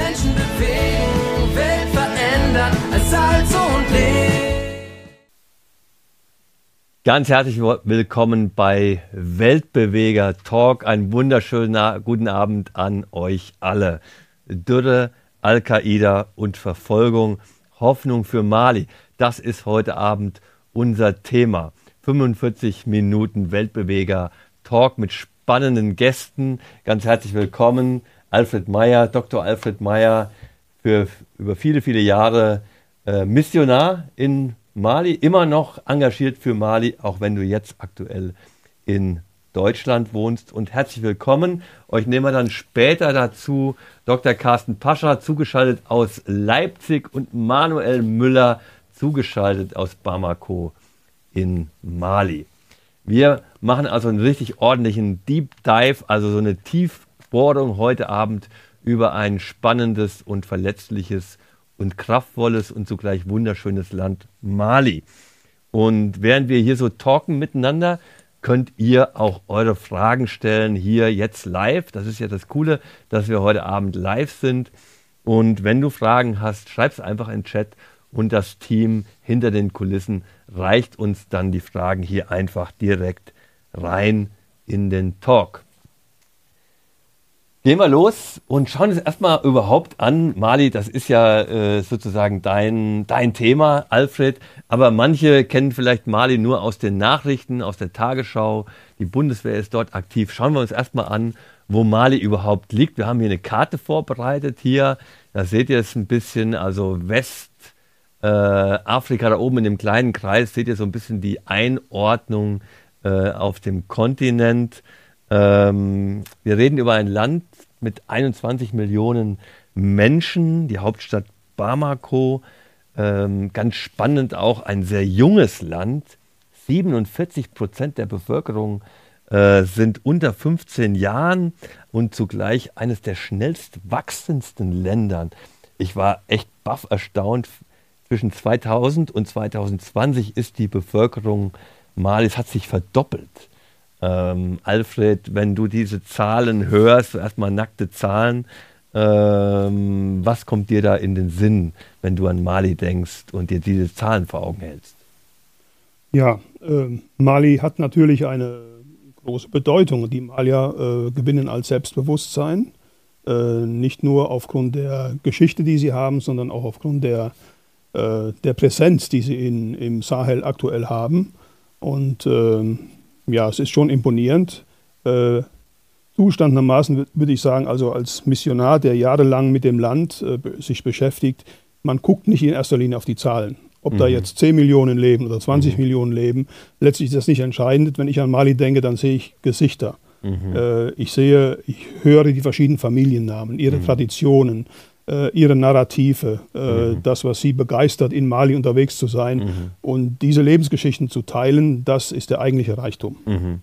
Menschen bewegen, Welt verändern, als Salz und Licht. Ganz herzlich willkommen bei Weltbeweger Talk. Einen wunderschönen guten Abend an euch alle. Dürre, Al-Qaida und Verfolgung, Hoffnung für Mali. Das ist heute Abend unser Thema. 45 Minuten Weltbeweger Talk mit spannenden Gästen. Ganz herzlich willkommen, Alfred Meyer, Dr. Alfred Meyer, über viele, viele Jahre Missionar in Mali, immer noch engagiert für Mali, auch wenn du jetzt aktuell in Deutschland wohnst. Und herzlich willkommen. Euch nehmen wir dann später dazu Dr. Carsten Pascha, zugeschaltet aus Leipzig, und Manuel Müller, zugeschaltet aus Bamako in Mali. Wir machen also einen richtig ordentlichen Deep Dive, also so eine Tiefbohrung heute Abend über ein spannendes und verletzliches und kraftvolles und zugleich wunderschönes Land Mali. Und während wir hier so talken miteinander, könnt ihr auch eure Fragen stellen, hier jetzt live. Das ist ja das Coole, dass wir heute Abend live sind. Und wenn du Fragen hast, schreib es einfach in den Chat, und das Team hinter den Kulissen reicht uns dann die Fragen hier einfach direkt rein in den Talk. Gehen wir los und schauen uns erstmal überhaupt an. Mali, das ist ja sozusagen dein Thema, Alfred. Aber manche kennen vielleicht Mali nur aus den Nachrichten, aus der Tagesschau. Die Bundeswehr ist dort aktiv. Schauen wir uns erstmal an, wo Mali überhaupt liegt. Wir haben hier eine Karte vorbereitet hier. Da seht ihr es ein bisschen, also Westafrika da oben in dem kleinen Kreis, seht ihr so ein bisschen die Einordnung auf dem Kontinent. Wir reden über ein Land mit 21 Millionen Menschen, die Hauptstadt Bamako. Ganz spannend auch, ein sehr junges Land. 47% der Bevölkerung sind unter 15 Jahren und zugleich eines der schnellst wachsendsten Ländern. Ich war echt baff erstaunt. Zwischen 2000 und 2020 ist die Bevölkerung Malis, hat sich verdoppelt. Alfred, wenn du diese Zahlen hörst, erstmal nackte Zahlen, was kommt dir da in den Sinn, wenn du an Mali denkst und dir diese Zahlen vor Augen hältst? Ja, Mali hat natürlich eine große Bedeutung. Die Malier gewinnen als Selbstbewusstsein, nicht nur aufgrund der Geschichte, die sie haben, sondern auch aufgrund der Präsenz, die sie im Sahel aktuell haben. Und ja, es ist schon imponierend. Zugestandenermaßen würde ich sagen, also als Missionar, der jahrelang mit dem Land sich beschäftigt, man guckt nicht in erster Linie auf die Zahlen. Ob da jetzt 10 Millionen leben oder 20 Millionen leben, letztlich ist das nicht entscheidend. Wenn ich an Mali denke, dann sehe ich Gesichter. Ich höre die verschiedenen Familiennamen, ihre Traditionen, ihre Narrative, das, was sie begeistert, in Mali unterwegs zu sein. Und diese Lebensgeschichten zu teilen, das ist der eigentliche Reichtum.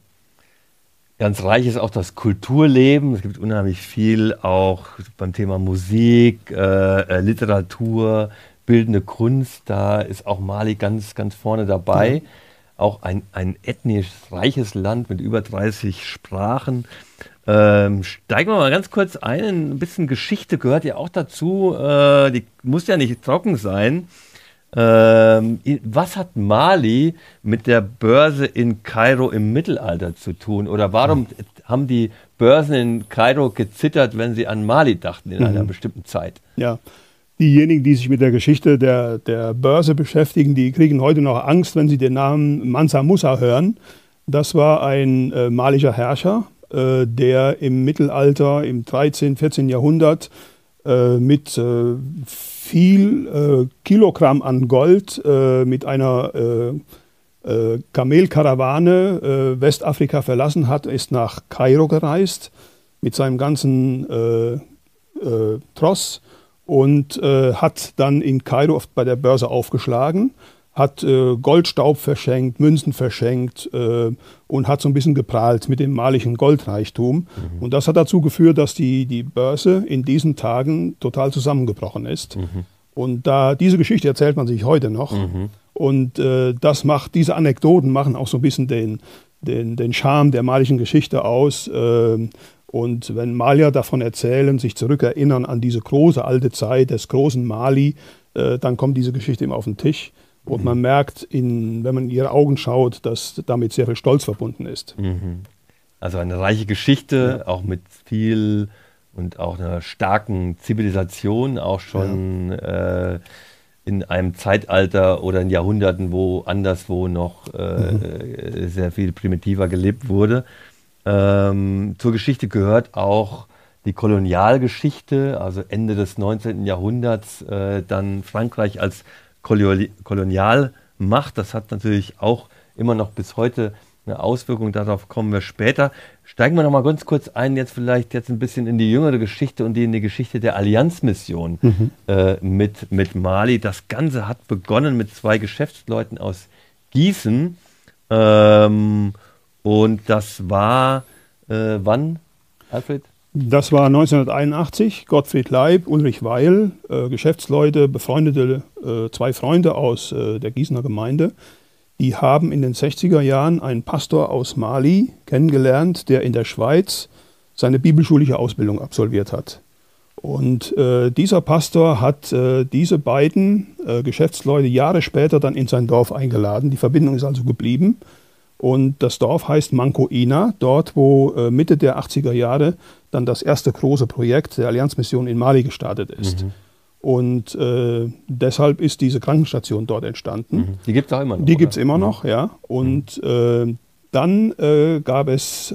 Ganz reich ist auch das Kulturleben. Es gibt unheimlich viel auch beim Thema Musik, Literatur, bildende Kunst. Da ist auch Mali ganz, ganz vorne dabei. Auch ein ethnisch reiches Land mit über 30 Sprachen. Steigen wir mal ganz kurz ein bisschen Geschichte gehört ja auch dazu, die muss ja nicht trocken sein. Was hat Mali mit der Börse in Kairo im Mittelalter zu tun? Oder warum haben die Börsen in Kairo gezittert, wenn sie an Mali dachten in einer bestimmten Zeit? Ja, diejenigen, die sich mit der Geschichte der Börse beschäftigen, die kriegen heute noch Angst, wenn sie den Namen Mansa Musa hören. Das war ein malischer Herrscher, der im Mittelalter, im 13., 14. Jahrhundert mit viel Kilogramm an Gold, mit einer Kamelkarawane Westafrika verlassen hat, ist nach Kairo gereist mit seinem ganzen Tross und hat dann in Kairo bei der Börse aufgeschlagen, hat Goldstaub verschenkt, Münzen verschenkt und hat so ein bisschen geprahlt mit dem malischen Goldreichtum. Und das hat dazu geführt, dass die Börse in diesen Tagen total zusammengebrochen ist. Und diese Geschichte erzählt man sich heute noch. Und diese Anekdoten machen auch so ein bisschen den Charme der malischen Geschichte aus. Und wenn Malier davon erzählen, sich zurückerinnern an diese große alte Zeit des großen Mali, dann kommt diese Geschichte immer auf den Tisch. Und man merkt, wenn man in ihre Augen schaut, dass damit sehr viel Stolz verbunden ist. Also eine reiche Geschichte, auch mit viel und auch einer starken Zivilisation, auch schon in einem Zeitalter oder in Jahrhunderten, wo anderswo noch sehr viel primitiver gelebt wurde. Zur Geschichte gehört auch die Kolonialgeschichte, also Ende des 19. Jahrhunderts, dann Frankreich als Kolonialmacht. Das hat natürlich auch immer noch bis heute eine Auswirkung, darauf kommen wir später. Steigen wir noch mal ganz kurz ein, jetzt ein bisschen in die jüngere Geschichte und in die Geschichte der Allianzmission mit Mali. Das Ganze hat begonnen mit 2 Geschäftsleuten aus Gießen. Und das war wann, Alfred? Das war 1981. Gottfried Leib, Ulrich Weil, Geschäftsleute, befreundete 2 Freunde aus der Gießener Gemeinde. Die haben in den 60er Jahren einen Pastor aus Mali kennengelernt, der in der Schweiz seine bibelschulische Ausbildung absolviert hat. Und dieser Pastor hat diese beiden Geschäftsleute Jahre später dann in sein Dorf eingeladen. Die Verbindung ist also geblieben. Und das Dorf heißt Mankoina, dort wo Mitte der 80er Jahre dann das erste große Projekt der Allianzmission in Mali gestartet ist. Und deshalb ist diese Krankenstation dort entstanden. Die gibt es auch immer noch? Die gibt es immer noch, ja. Und dann gab es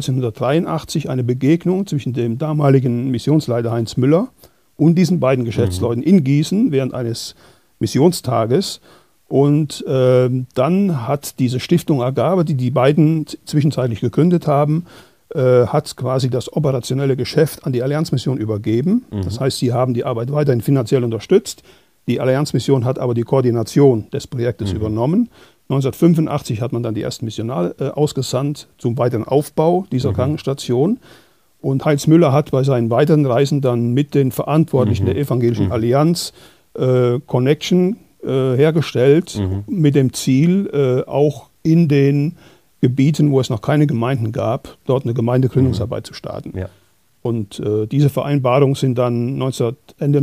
1983 eine Begegnung zwischen dem damaligen Missionsleiter Heinz Müller und diesen beiden Geschäftsleuten in Gießen während eines Missionstages. Und dann hat diese Stiftung Agape, die beiden zwischenzeitlich gegründet haben, hat quasi das operationelle Geschäft an die Allianzmission übergeben. Das heißt, sie haben die Arbeit weiterhin finanziell unterstützt. Die Allianzmission hat aber die Koordination des Projektes übernommen. 1985 hat man dann die ersten Missionare ausgesandt zum weiteren Aufbau dieser Krankenstation. Und Heinz Müller hat bei seinen weiteren Reisen dann mit den Verantwortlichen der Evangelischen Allianz Connection hergestellt, mit dem Ziel, auch in den Gebieten, wo es noch keine Gemeinden gab, dort eine Gemeindegründungsarbeit zu starten. Ja. Und diese Vereinbarungen sind dann Ende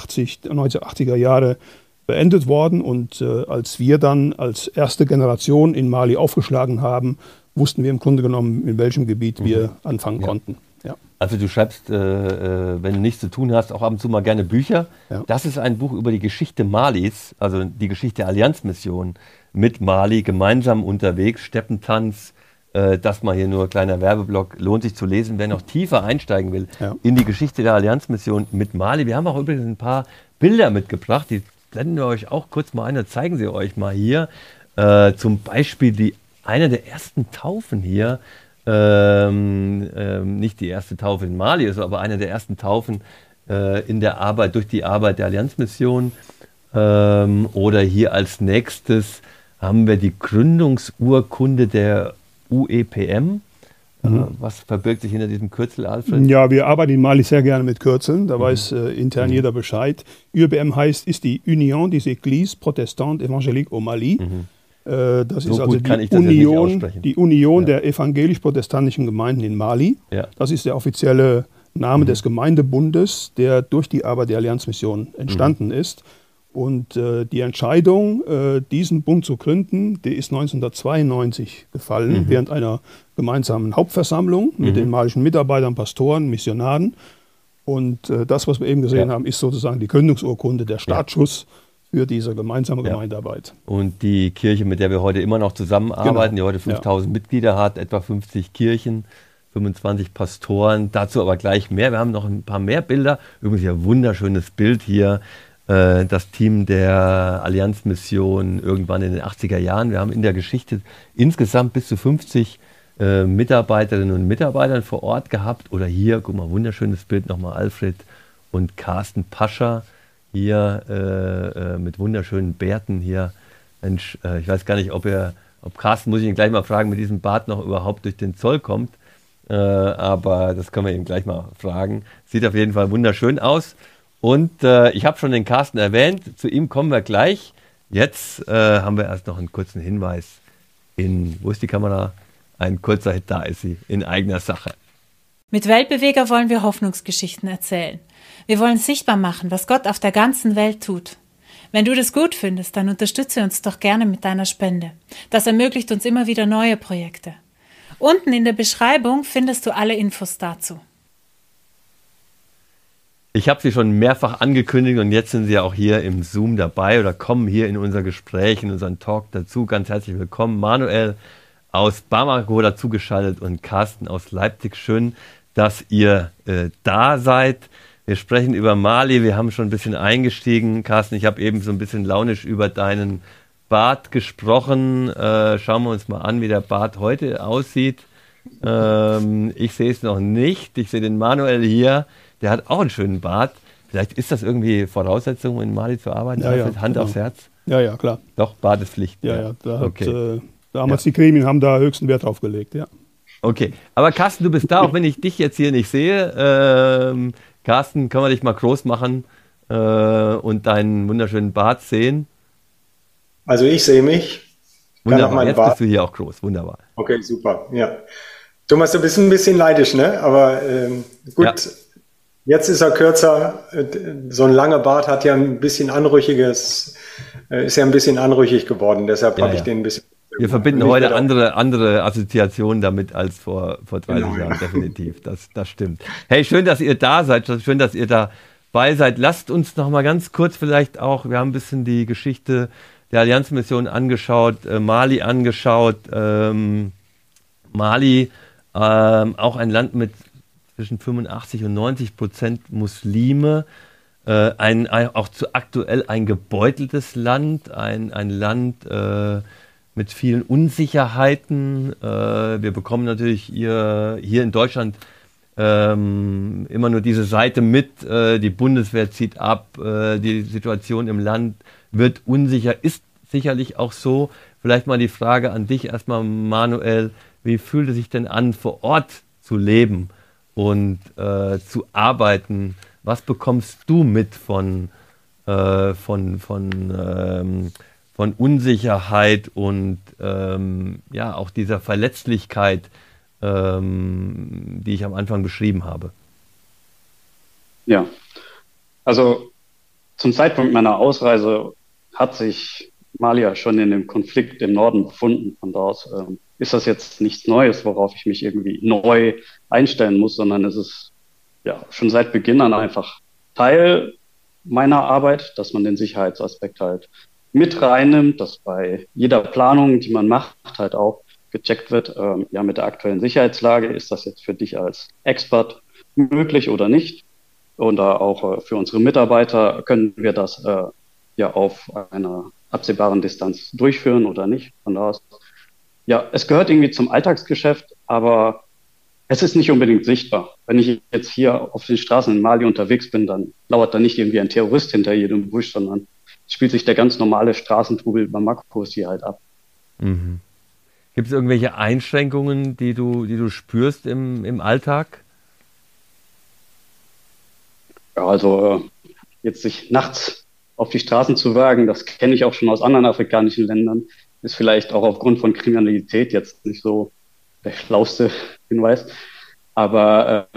1980er Jahre beendet worden. Und als wir dann als erste Generation in Mali aufgeschlagen haben, wussten wir im Grunde genommen, in welchem Gebiet wir anfangen konnten. Ja. Also du schreibst, wenn du nichts zu tun hast, auch ab und zu mal gerne Bücher. Ja. Das ist ein Buch über die Geschichte Malis, also die Geschichte der Allianzmission mit Mali, gemeinsam unterwegs, Steppentanz, das mal hier nur ein kleiner Werbeblock, lohnt sich zu lesen, wer noch tiefer einsteigen will in die Geschichte der Allianzmission mit Mali. Wir haben auch übrigens ein paar Bilder mitgebracht, die blenden wir euch auch kurz mal ein, zeigen sie euch mal hier. Zum Beispiel eine der ersten Taufen hier, nicht die erste Taufe in Mali, aber eine der ersten Taufen durch die Arbeit der Allianzmission. Oder hier als nächstes haben wir die Gründungsurkunde der UEPM. Was verbirgt sich hinter diesem Kürzel, Alfred? Ja, wir arbeiten in Mali sehr gerne mit Kürzeln, da weiß intern jeder Bescheid. UEPM ist die Union des Églises Protestantes Évangéliques au Mali. Das ist also die Union der evangelisch-protestantischen Gemeinden in Mali. Ja. Das ist der offizielle Name des Gemeindebundes, der durch die Arbeit der Allianzmission entstanden ist. Und die Entscheidung, diesen Bund zu gründen, die ist 1992 gefallen, während einer gemeinsamen Hauptversammlung mit den malischen Mitarbeitern, Pastoren, Missionaren. Und das, was wir eben gesehen haben, ist sozusagen die Gründungsurkunde, der Startschuss für diese gemeinsame Gemeindearbeit. Und die Kirche, mit der wir heute immer noch zusammenarbeiten, die heute 5000 Mitglieder hat, etwa 50 Kirchen, 25 Pastoren, dazu aber gleich mehr. Wir haben noch ein paar mehr Bilder. Übrigens ein wunderschönes Bild hier. Das Team der Allianzmission irgendwann in den 80er Jahren. Wir haben in der Geschichte insgesamt bis zu 50 Mitarbeiterinnen und Mitarbeitern vor Ort gehabt. Oder hier, guck mal, wunderschönes Bild nochmal, Alfred und Carsten Pascher hier mit wunderschönen Bärten hier. Mensch, ich weiß gar nicht, ob Carsten, muss ich ihn gleich mal fragen, mit diesem Bart noch überhaupt durch den Zoll kommt. Aber das können wir ihm gleich mal fragen. Sieht auf jeden Fall wunderschön aus. Und ich habe schon den Carsten erwähnt, zu ihm kommen wir gleich. Jetzt haben wir erst noch einen kurzen Hinweis wo ist die Kamera? Ein kurzer Hit, da ist sie, in eigener Sache. Mit Weltbeweger wollen wir Hoffnungsgeschichten erzählen. Wir wollen sichtbar machen, was Gott auf der ganzen Welt tut. Wenn du das gut findest, dann unterstütze uns doch gerne mit deiner Spende. Das ermöglicht uns immer wieder neue Projekte. Unten in der Beschreibung findest du alle Infos dazu. Ich habe sie schon mehrfach angekündigt und jetzt sind sie ja auch hier im Zoom dabei oder kommen hier in unser Gespräch, in unseren Talk dazu. Ganz herzlich willkommen. Manuel aus Bamako dazugeschaltet und Carsten aus Leipzig. Schön, dass ihr da seid. Wir sprechen über Mali, wir haben schon ein bisschen eingestiegen. Carsten, ich habe eben so ein bisschen launisch über deinen Bart gesprochen. Schauen wir uns mal an, wie der Bart heute aussieht. Ich sehe es noch nicht. Ich sehe den Manuel hier, der hat auch einen schönen Bart. Vielleicht ist das irgendwie Voraussetzung, in Mali zu arbeiten? Ja, Hand genau. aufs Herz? Ja, klar. Doch, Bart ist Pflicht. Ja, da okay. hat damals die Gremien haben da höchsten Wert drauf gelegt, ja. Okay, aber Carsten, du bist da, auch wenn ich dich jetzt hier nicht sehe. Carsten, können wir dich mal groß machen und deinen wunderschönen Bart sehen? Also ich sehe mich. Wunderbar, jetzt bist du hier auch groß, wunderbar. Okay, super, ja. Thomas, du bist ein bisschen leidisch, ne? Aber gut, ja. Jetzt ist er kürzer. So ein langer Bart hat ja ein bisschen anrüchiges, ist ja ein bisschen anrüchig geworden. Deshalb habe ich den ein bisschen... Wir verbinden heute andere Assoziationen damit als vor 30 Jahren, definitiv. Das stimmt. Hey, schön, dass ihr da seid. Schön, dass ihr dabei seid. Lasst uns noch mal ganz kurz vielleicht auch, wir haben ein bisschen die Geschichte der Allianzmission angeschaut, Mali angeschaut. Mali, auch ein Land mit zwischen 85 und 90% Muslime. Auch aktuell ein gebeuteltes Land, ein Land mit vielen Unsicherheiten. Wir bekommen natürlich hier in Deutschland immer nur diese Seite mit. Die Bundeswehr zieht ab, die Situation im Land wird unsicher, ist sicherlich auch so. Vielleicht mal die Frage an dich erstmal, Manuel, wie fühlt es sich denn an, vor Ort zu leben und zu arbeiten? Was bekommst du mit von Unsicherheit und auch dieser Verletzlichkeit, die ich am Anfang beschrieben habe? Ja, also zum Zeitpunkt meiner Ausreise hat sich Mali ja schon in dem Konflikt im Norden befunden. Von da aus ist das jetzt nichts Neues, worauf ich mich irgendwie neu einstellen muss, sondern es ist ja schon seit Beginn an einfach Teil meiner Arbeit, dass man den Sicherheitsaspekt halt mit reinnimmt, dass bei jeder Planung, die man macht, halt auch gecheckt wird, mit der aktuellen Sicherheitslage, ist das jetzt für dich als Expert möglich oder nicht? Und auch für unsere Mitarbeiter können wir das auf einer absehbaren Distanz durchführen oder nicht. Von da aus, es gehört irgendwie zum Alltagsgeschäft, aber es ist nicht unbedingt sichtbar. Wenn ich jetzt hier auf den Straßen in Mali unterwegs bin, dann lauert da nicht irgendwie ein Terrorist hinter jedem Busch, sondern spielt sich der ganz normale Straßentrubel Bamakos hier halt ab. Mhm. Gibt es irgendwelche Einschränkungen, die du spürst im Alltag? Ja, also jetzt sich nachts auf die Straßen zu wagen, das kenne ich auch schon aus anderen afrikanischen Ländern, ist vielleicht auch aufgrund von Kriminalität jetzt nicht so der schlauste Hinweis. Aber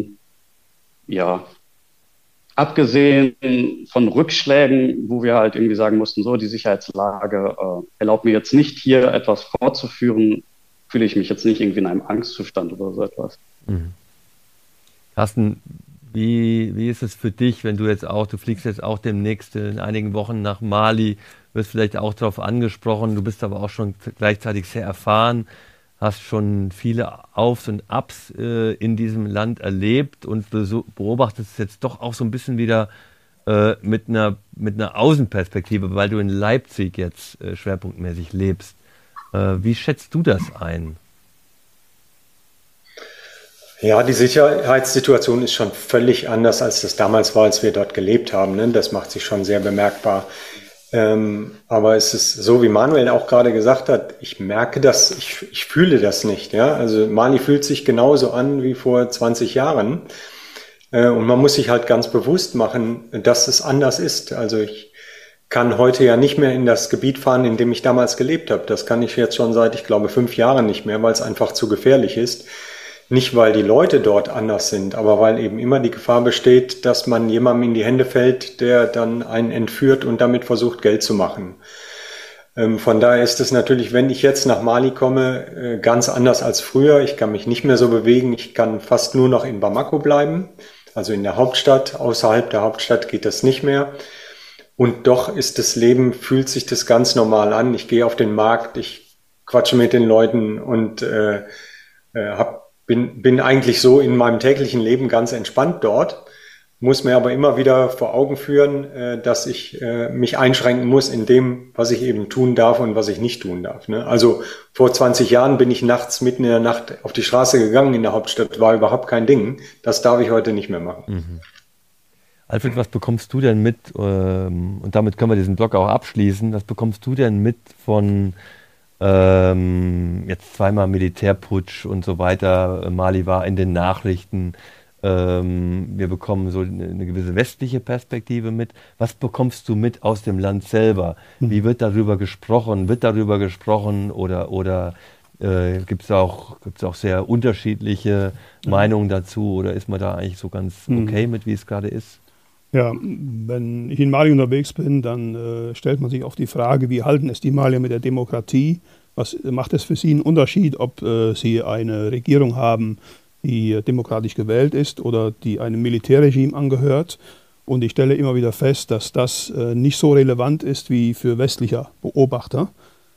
abgesehen von Rückschlägen, wo wir halt irgendwie sagen mussten, so die Sicherheitslage erlaubt mir jetzt nicht, hier etwas fortzuführen, fühle ich mich jetzt nicht irgendwie in einem Angstzustand oder so etwas. Mhm. Carsten, wie ist es für dich, wenn du fliegst jetzt auch demnächst in einigen Wochen nach Mali, wirst vielleicht auch darauf angesprochen, du bist aber auch schon gleichzeitig sehr erfahren, hast schon viele Aufs und Abs in diesem Land erlebt und beobachtest es jetzt doch auch so ein bisschen wieder mit einer Außenperspektive, weil du in Leipzig jetzt schwerpunktmäßig lebst. Wie schätzt du das ein? Ja, die Sicherheitssituation ist schon völlig anders, als das damals war, als wir dort gelebt haben. Ne? Das macht sich schon sehr bemerkbar. Aber es ist so, wie Manuel auch gerade gesagt hat, ich merke das, ich fühle das nicht. Ja? Also Mali fühlt sich genauso an wie vor 20 Jahren. Und man muss sich halt ganz bewusst machen, dass es anders ist. Also ich kann heute ja nicht mehr in das Gebiet fahren, in dem ich damals gelebt habe. Das kann ich jetzt schon seit, ich glaube, 5 Jahren nicht mehr, weil es einfach zu gefährlich ist. Nicht, weil die Leute dort anders sind, aber weil eben immer die Gefahr besteht, dass man jemandem in die Hände fällt, der dann einen entführt und damit versucht, Geld zu machen. Von daher ist es natürlich, wenn ich jetzt nach Mali komme, ganz anders als früher. Ich kann mich nicht mehr so bewegen. Ich kann fast nur noch in Bamako bleiben, also in der Hauptstadt. Außerhalb der Hauptstadt geht das nicht mehr. Und doch ist das Leben, fühlt sich das ganz normal an. Ich gehe auf den Markt, ich quatsche mit den Leuten und bin eigentlich so in meinem täglichen Leben ganz entspannt dort. Muss mir aber immer wieder vor Augen führen, dass ich mich einschränken muss in dem, was ich eben tun darf und was ich nicht tun darf. Ne? Also vor 20 Jahren bin ich nachts mitten in der Nacht auf die Straße gegangen in der Hauptstadt, war überhaupt kein Ding. Das darf ich heute nicht mehr machen. Mhm. Alfred, was bekommst du denn mit, und damit können wir diesen Blog auch abschließen, was bekommst du denn mit von jetzt zweimal Militärputsch und so weiter, Mali war in den Nachrichten, wir bekommen so eine gewisse westliche Perspektive mit. Was bekommst du mit aus dem Land selber? Wie wird darüber gesprochen? Wird darüber gesprochen oder gibt es auch sehr unterschiedliche Meinungen dazu oder ist man da eigentlich so ganz okay mit, wie es gerade ist? Ja, wenn ich in Mali unterwegs bin, dann stellt man sich auch die Frage, wie halten es die Malier mit der Demokratie? Was macht es für sie einen Unterschied, ob sie eine Regierung haben, die demokratisch gewählt ist oder die einem Militärregime angehört? Und ich stelle immer wieder fest, dass das nicht so relevant ist wie für westliche Beobachter.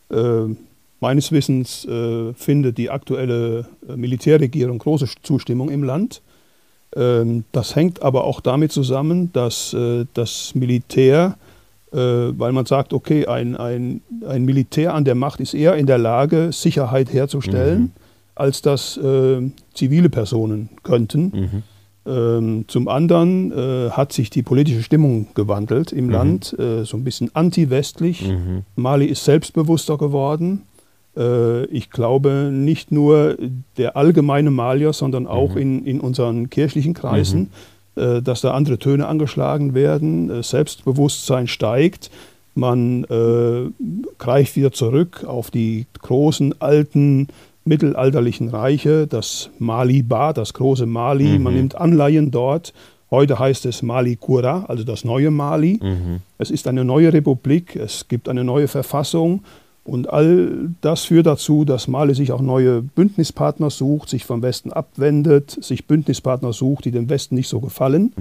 Meines Wissens findet die aktuelle Militärregierung große Zustimmung im Land. Das hängt aber auch damit zusammen, dass das Militär, weil man sagt, okay, ein Militär an der Macht ist eher in der Lage, Sicherheit herzustellen, als das zivile Personen könnten. Zum anderen hat sich die politische Stimmung gewandelt im Land, so ein bisschen anti-westlich. Mali ist selbstbewusster geworden. Ich glaube, nicht nur der allgemeine Malier, sondern auch in unseren kirchlichen Kreisen, dass da andere Töne angeschlagen werden. Selbstbewusstsein steigt. Man greift wieder zurück auf die großen, alten, mittelalterlichen Reiche, das Mali-Ba, das große Mali. Man nimmt Anleihen dort. Heute heißt es Mali-Kura, also das neue Mali. Es ist eine neue Republik, es gibt eine neue Verfassung. Und all das führt dazu, dass Mali sich auch neue Bündnispartner sucht, sich vom Westen abwendet, sich Bündnispartner sucht, die dem Westen nicht so gefallen.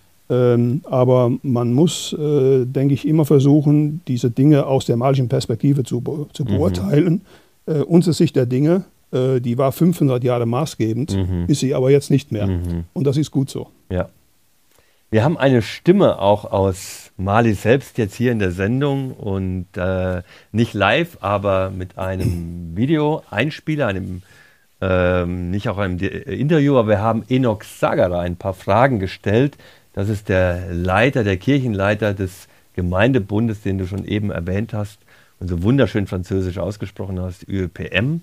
Aber man muss, denke ich, immer versuchen, diese Dinge aus der malischen Perspektive zu beurteilen. Unsere Sicht der Dinge, die war 500 Jahre maßgebend, ist sie aber jetzt nicht mehr. Und das ist gut so. Ja. Wir haben eine Stimme auch aus Mali selbst jetzt hier in der Sendung und nicht live, aber mit einem Video-Einspieler, nicht auch einem Interview, aber wir haben Enoch Sagara ein paar Fragen gestellt. Das ist der Kirchenleiter des Gemeindebundes, den du schon eben erwähnt hast und so wunderschön französisch ausgesprochen hast, ÖPM.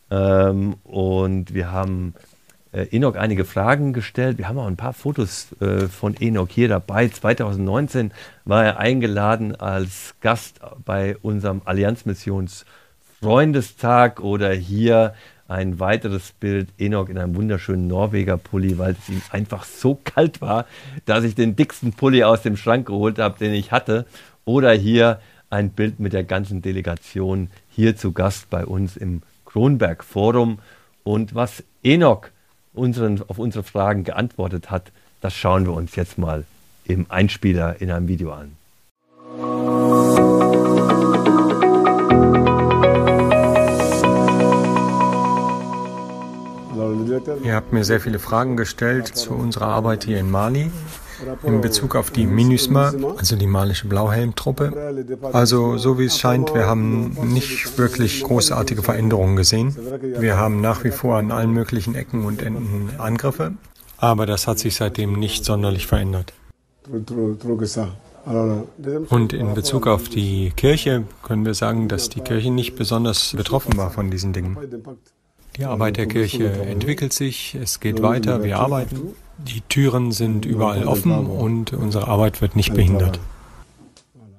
Und wir haben Enoch einige Fragen gestellt. Wir haben auch ein paar Fotos von Enoch hier dabei. 2019 war er eingeladen als Gast bei unserem Allianzmissions-Freundestag oder hier ein weiteres Bild, Enoch in einem wunderschönen Norweger Pulli, weil es ihm einfach so kalt war, dass ich den dicksten Pulli aus dem Schrank geholt habe, den ich hatte. Oder hier ein Bild mit der ganzen Delegation hier zu Gast bei uns im Kronberg Forum. Und was Enoch auf unsere Fragen geantwortet hat, das schauen wir uns jetzt mal im Einspieler in einem Video an. Ihr habt mir sehr viele Fragen gestellt zu unserer Arbeit hier in Mali in Bezug auf die MINUSMA, also die malische Blauhelmtruppe. Also so wie es scheint, wir haben nicht wirklich großartige Veränderungen gesehen. Wir haben nach wie vor an allen möglichen Ecken und Enden Angriffe, aber das hat sich seitdem nicht sonderlich verändert. Und in Bezug auf die Kirche können wir sagen, dass die Kirche nicht besonders betroffen war von diesen Dingen. Die Arbeit der Kirche entwickelt sich, es geht weiter, wir arbeiten. Die Türen sind überall offen und unsere Arbeit wird nicht behindert.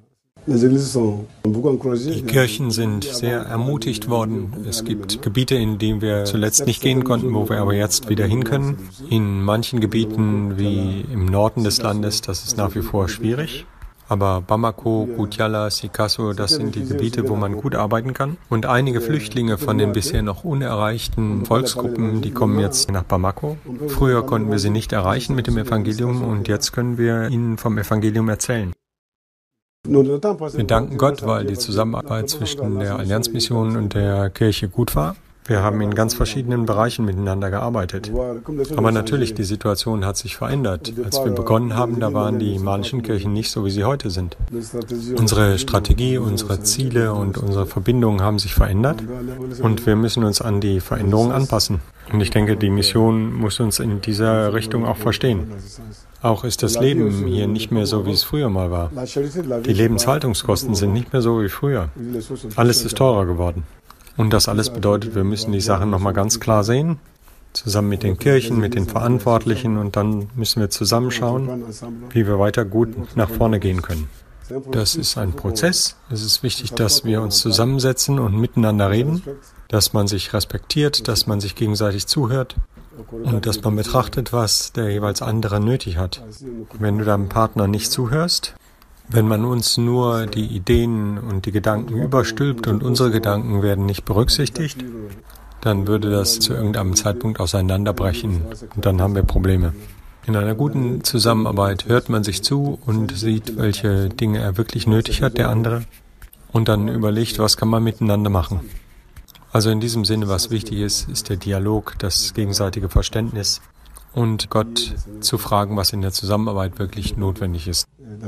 Die Kirchen sind sehr ermutigt worden. Es gibt Gebiete, in denen wir zuletzt nicht gehen konnten, wo wir aber jetzt wieder hin können. In manchen Gebieten, wie im Norden des Landes, das ist nach wie vor schwierig. Aber Bamako, Gutiala, Sikasso, das sind die Gebiete, wo man gut arbeiten kann. Und einige Flüchtlinge von den bisher noch unerreichten Volksgruppen, die kommen jetzt nach Bamako. Früher konnten wir sie nicht erreichen mit dem Evangelium und jetzt können wir ihnen vom Evangelium erzählen. Wir danken Gott, weil die Zusammenarbeit zwischen der Allianzmission und der Kirche gut war. Wir haben in ganz verschiedenen Bereichen miteinander gearbeitet. Aber natürlich, die Situation hat sich verändert. Als wir begonnen haben, da waren die malischen Kirchen nicht so, wie sie heute sind. Unsere Strategie, unsere Ziele und unsere Verbindungen haben sich verändert und wir müssen uns an die Veränderungen anpassen. Und ich denke, die Mission muss uns in dieser Richtung auch verstehen. Auch ist das Leben hier nicht mehr so, wie es früher mal war. Die Lebenshaltungskosten sind nicht mehr so wie früher. Alles ist teurer geworden. Und das alles bedeutet, wir müssen die Sachen nochmal ganz klar sehen, zusammen mit den Kirchen, mit den Verantwortlichen und dann müssen wir zusammenschauen, wie wir weiter gut nach vorne gehen können. Das ist ein Prozess. Es ist wichtig, dass wir uns zusammensetzen und miteinander reden, dass man sich respektiert, dass man sich gegenseitig zuhört und dass man betrachtet, was der jeweils andere nötig hat. Wenn du deinem Partner nicht zuhörst, wenn man uns nur die Ideen und die Gedanken überstülpt und unsere Gedanken werden nicht berücksichtigt, dann würde das zu irgendeinem Zeitpunkt auseinanderbrechen und dann haben wir Probleme. In einer guten Zusammenarbeit hört man sich zu und sieht, welche Dinge er wirklich nötig hat, der andere, und dann überlegt, was kann man miteinander machen. Also in diesem Sinne, was wichtig ist, ist der Dialog, das gegenseitige Verständnis und Gott zu fragen, was in der Zusammenarbeit wirklich notwendig ist.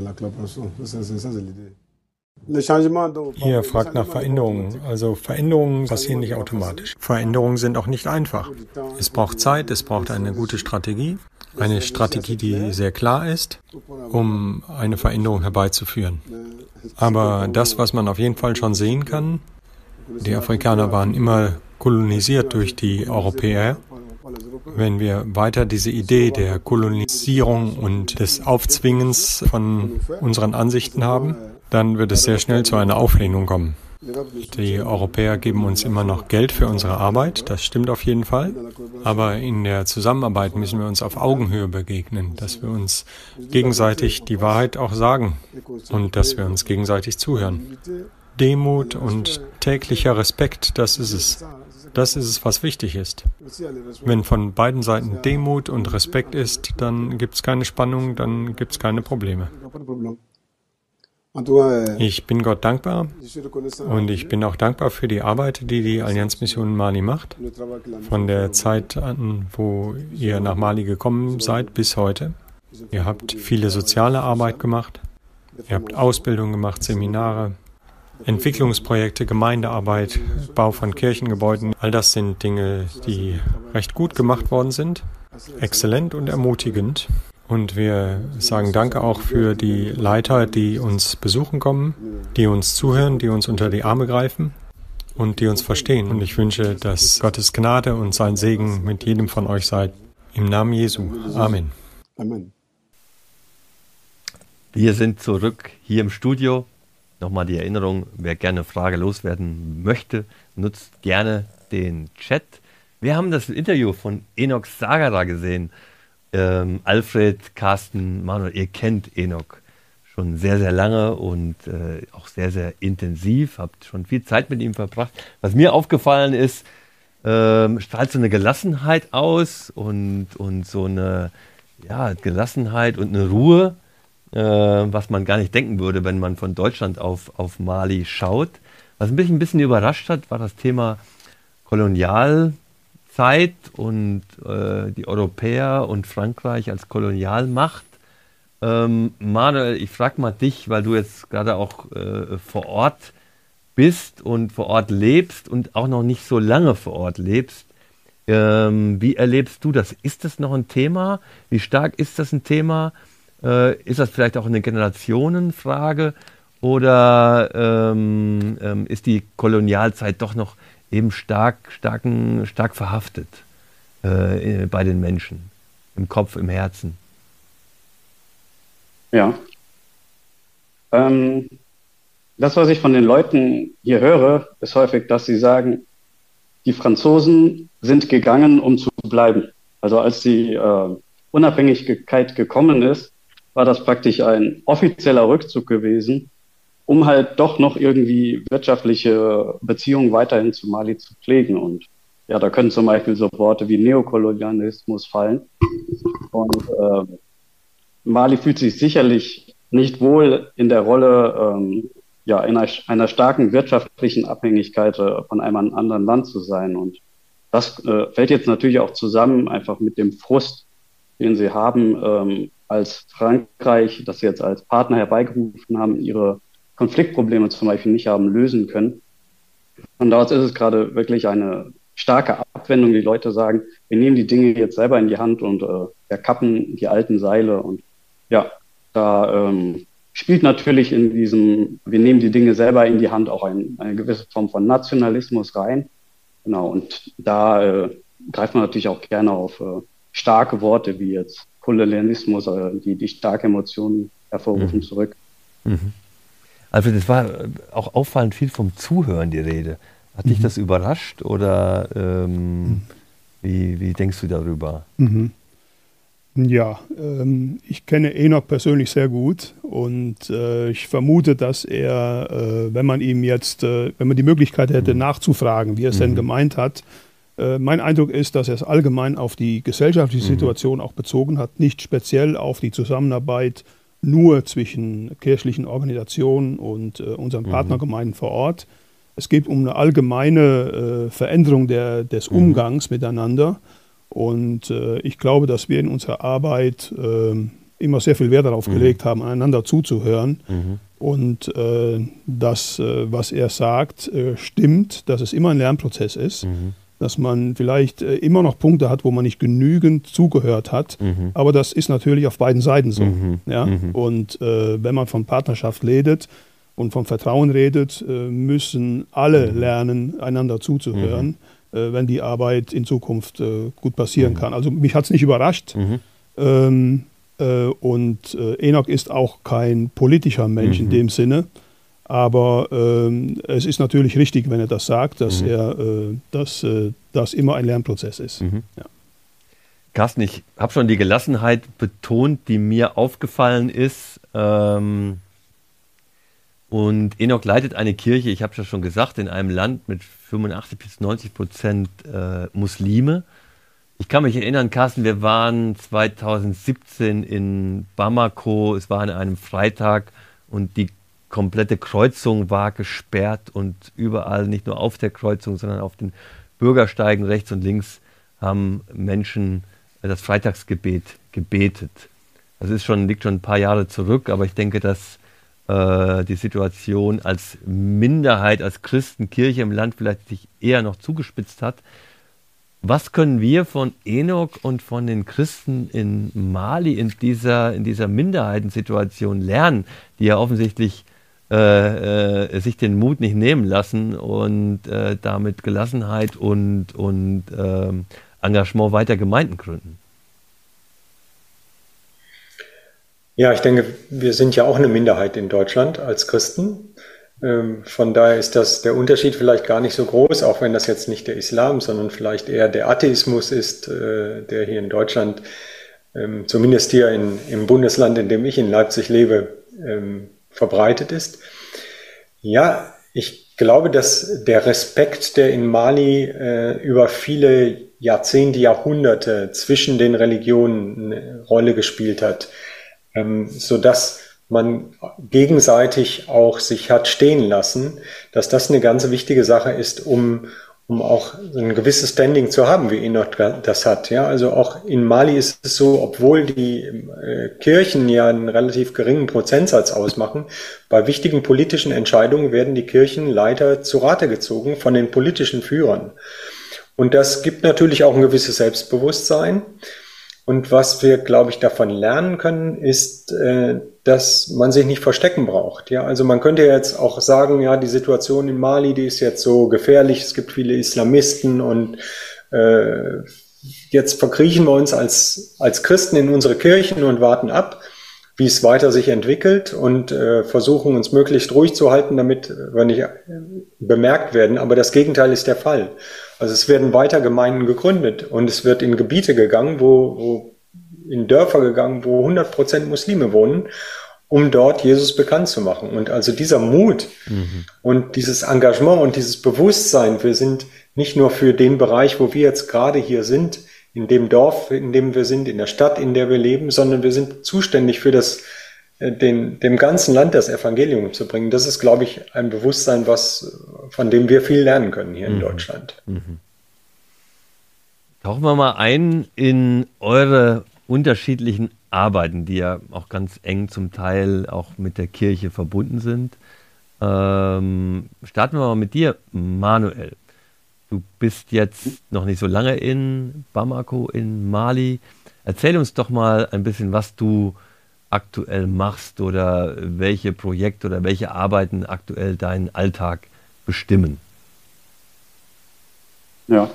Ihr fragt nach Veränderungen. Also Veränderungen passieren nicht automatisch. Veränderungen sind auch nicht einfach. Es braucht Zeit, es braucht eine gute Strategie. Eine Strategie, die sehr klar ist, um eine Veränderung herbeizuführen. Aber das, was man auf jeden Fall schon sehen kann, die Afrikaner waren immer kolonisiert durch die Europäer. Wenn wir weiter diese Idee der Kolonisierung und des Aufzwingens von unseren Ansichten haben, dann wird es sehr schnell zu einer Auflehnung kommen. Die Europäer geben uns immer noch Geld für unsere Arbeit, das stimmt auf jeden Fall. Aber in der Zusammenarbeit müssen wir uns auf Augenhöhe begegnen, dass wir uns gegenseitig die Wahrheit auch sagen und dass wir uns gegenseitig zuhören. Demut und täglicher Respekt, das ist es. Das ist es, was wichtig ist. Wenn von beiden Seiten Demut und Respekt ist, dann gibt es keine Spannung, dann gibt es keine Probleme. Ich bin Gott dankbar und ich bin auch dankbar für die Arbeit, die die Allianzmission Mali macht. Von der Zeit an, wo ihr nach Mali gekommen seid, bis heute. Ihr habt viele soziale Arbeit gemacht, ihr habt Ausbildung gemacht, Seminare, Entwicklungsprojekte, Gemeindearbeit, Bau von Kirchengebäuden. All das sind Dinge, die recht gut gemacht worden sind, exzellent und ermutigend. Und wir sagen Danke auch für die Leiter, die uns besuchen kommen, die uns zuhören, die uns unter die Arme greifen und die uns verstehen. Und ich wünsche, dass Gottes Gnade und sein Segen mit jedem von euch sei. Im Namen Jesu. Amen. Wir sind zurück hier im Studio. Nochmal die Erinnerung, wer gerne eine Frage loswerden möchte, nutzt gerne den Chat. Wir haben das Interview von Enoch Sagara gesehen. Alfred, Carsten, Manuel, ihr kennt Enoch schon sehr, sehr lange und auch sehr, sehr intensiv. Habt schon viel Zeit mit ihm verbracht. Was mir aufgefallen ist, strahlt so eine Gelassenheit aus und so eine Gelassenheit und eine Ruhe, was man gar nicht denken würde, wenn man von Deutschland auf Mali schaut. Was mich ein bisschen überrascht hat, war das Thema Kolonialzeit und die Europäer und Frankreich als Kolonialmacht. Manuel, ich frage mal dich, weil du jetzt gerade auch vor Ort bist und vor Ort lebst und auch noch nicht so lange vor Ort lebst. Wie erlebst du das? Ist das noch ein Thema? Wie stark ist das ein Thema? Ist das vielleicht auch eine Generationenfrage oder ist die Kolonialzeit doch noch eben stark verhaftet bei den Menschen, im Kopf, im Herzen? Ja. das, was ich von den Leuten hier höre, ist häufig, dass sie sagen, die Franzosen sind gegangen, um zu bleiben. Also als die Unabhängigkeit gekommen ist, war das praktisch ein offizieller Rückzug gewesen, um halt doch noch irgendwie wirtschaftliche Beziehungen weiterhin zu Mali zu pflegen. Und ja, da können zum Beispiel so Worte wie Neokolonialismus fallen. Und Mali fühlt sich sicherlich nicht wohl in der Rolle, einer starken wirtschaftlichen Abhängigkeit von einem anderen Land zu sein. Und das fällt jetzt natürlich auch zusammen einfach mit dem Frust, den sie haben, als Frankreich, das sie jetzt als Partner herbeigerufen haben, ihre Konfliktprobleme zum Beispiel nicht haben lösen können. Und dort ist es gerade wirklich eine starke Abwendung. Die Leute sagen, wir nehmen die Dinge jetzt selber in die Hand und wir kappen die alten Seile. Und ja, da spielt natürlich in diesem, wir nehmen die Dinge selber in die Hand, auch eine gewisse Form von Nationalismus rein. Genau, und da greift man natürlich auch gerne auf starke Worte wie jetzt Kolonialismus, die starke Emotionen hervorrufen, zurück. Mhm. Also das war auch auffallend viel vom Zuhören, die Rede. Hat dich das überrascht oder wie denkst du darüber? Ja, ich kenne Enoch persönlich sehr gut und ich vermute, dass er, wenn man ihm jetzt, wenn man die Möglichkeit hätte nachzufragen, wie er es denn gemeint hat, mein Eindruck ist, dass er es allgemein auf die gesellschaftliche Situation auch bezogen hat, nicht speziell auf die Zusammenarbeit nur zwischen kirchlichen Organisationen und unseren Partnergemeinden vor Ort. Es geht um eine allgemeine Veränderung des Umgangs miteinander. Und ich glaube, dass wir in unserer Arbeit immer sehr viel Wert darauf gelegt haben, einander zuzuhören. Und das, was er sagt, stimmt, dass es immer ein Lernprozess ist. Dass man vielleicht immer noch Punkte hat, wo man nicht genügend zugehört hat. Aber das ist natürlich auf beiden Seiten so. Ja? Und wenn man von Partnerschaft redet und von Vertrauen redet, müssen alle lernen, einander zuzuhören, wenn die Arbeit in Zukunft gut passieren kann. Also mich hat es nicht überrascht. Und Enoch ist auch kein politischer Mensch in dem Sinne. Aber es ist natürlich richtig, wenn er das sagt, dass das immer ein Lernprozess ist. Ja. Carsten, ich habe schon die Gelassenheit betont, die mir aufgefallen ist. Und Enoch leitet eine Kirche, ich habe es ja schon gesagt, in einem Land mit 85-90% Muslime. Ich kann mich erinnern, Carsten, wir waren 2017 in Bamako, es war an einem Freitag und die komplette Kreuzung war gesperrt und überall, nicht nur auf der Kreuzung, sondern auf den Bürgersteigen rechts und links haben Menschen das Freitagsgebet gebetet. Das liegt schon ein paar Jahre zurück, aber ich denke, dass die Situation als Minderheit, als Christenkirche im Land vielleicht sich eher noch zugespitzt hat. Was können wir von Enoch und von den Christen in Mali in dieser Minderheitensituation lernen, die ja offensichtlich sich den Mut nicht nehmen lassen und damit Gelassenheit und Engagement weiter Gemeinden gründen? Ja, ich denke, wir sind ja auch eine Minderheit in Deutschland als Christen. Von daher ist der Unterschied vielleicht gar nicht so groß, auch wenn das jetzt nicht der Islam, sondern vielleicht eher der Atheismus ist, der hier in Deutschland, zumindest hier im Bundesland, in dem ich in Leipzig lebe, verbreitet ist. Ja, ich glaube, dass der Respekt, der in Mali über viele Jahrzehnte, Jahrhunderte zwischen den Religionen eine Rolle gespielt hat, sodass man gegenseitig auch sich hat stehen lassen, dass das eine ganz wichtige Sache ist, um auch ein gewisses Standing zu haben, wie Enoch das hat. Ja, also auch in Mali ist es so, obwohl die Kirchen ja einen relativ geringen Prozentsatz ausmachen, bei wichtigen politischen Entscheidungen werden die Kirchenleiter zu Rate gezogen von den politischen Führern. Und das gibt natürlich auch ein gewisses Selbstbewusstsein. Und was wir, glaube ich, davon lernen können, ist, dass man sich nicht verstecken braucht. Ja, also man könnte jetzt auch sagen, ja, die Situation in Mali, die ist jetzt so gefährlich, es gibt viele Islamisten und jetzt verkriechen wir uns als Christen in unsere Kirchen und warten ab. wie es weiter sich entwickelt und versuchen uns möglichst ruhig zu halten, damit wir nicht bemerkt werden. Aber das Gegenteil ist der Fall. Also es werden weiter Gemeinden gegründet und es wird in Gebiete gegangen, in Dörfer gegangen, wo 100% Muslime wohnen, um dort Jesus bekannt zu machen. Und also dieser Mut und dieses Engagement und dieses Bewusstsein, wir sind nicht nur für den Bereich, wo wir jetzt gerade hier sind, in dem Dorf, in dem wir sind, in der Stadt, in der wir leben, sondern wir sind zuständig für dem ganzen Land das Evangelium zu bringen. Das ist, glaube ich, ein Bewusstsein, von dem wir viel lernen können hier in Deutschland. Tauchen wir mal ein in eure unterschiedlichen Arbeiten, die ja auch ganz eng zum Teil auch mit der Kirche verbunden sind. Starten wir mal mit dir, Manuel. Du bist jetzt noch nicht so lange in Bamako, in Mali. Erzähl uns doch mal ein bisschen, was du aktuell machst oder welche Projekte oder welche Arbeiten aktuell deinen Alltag bestimmen. Ja.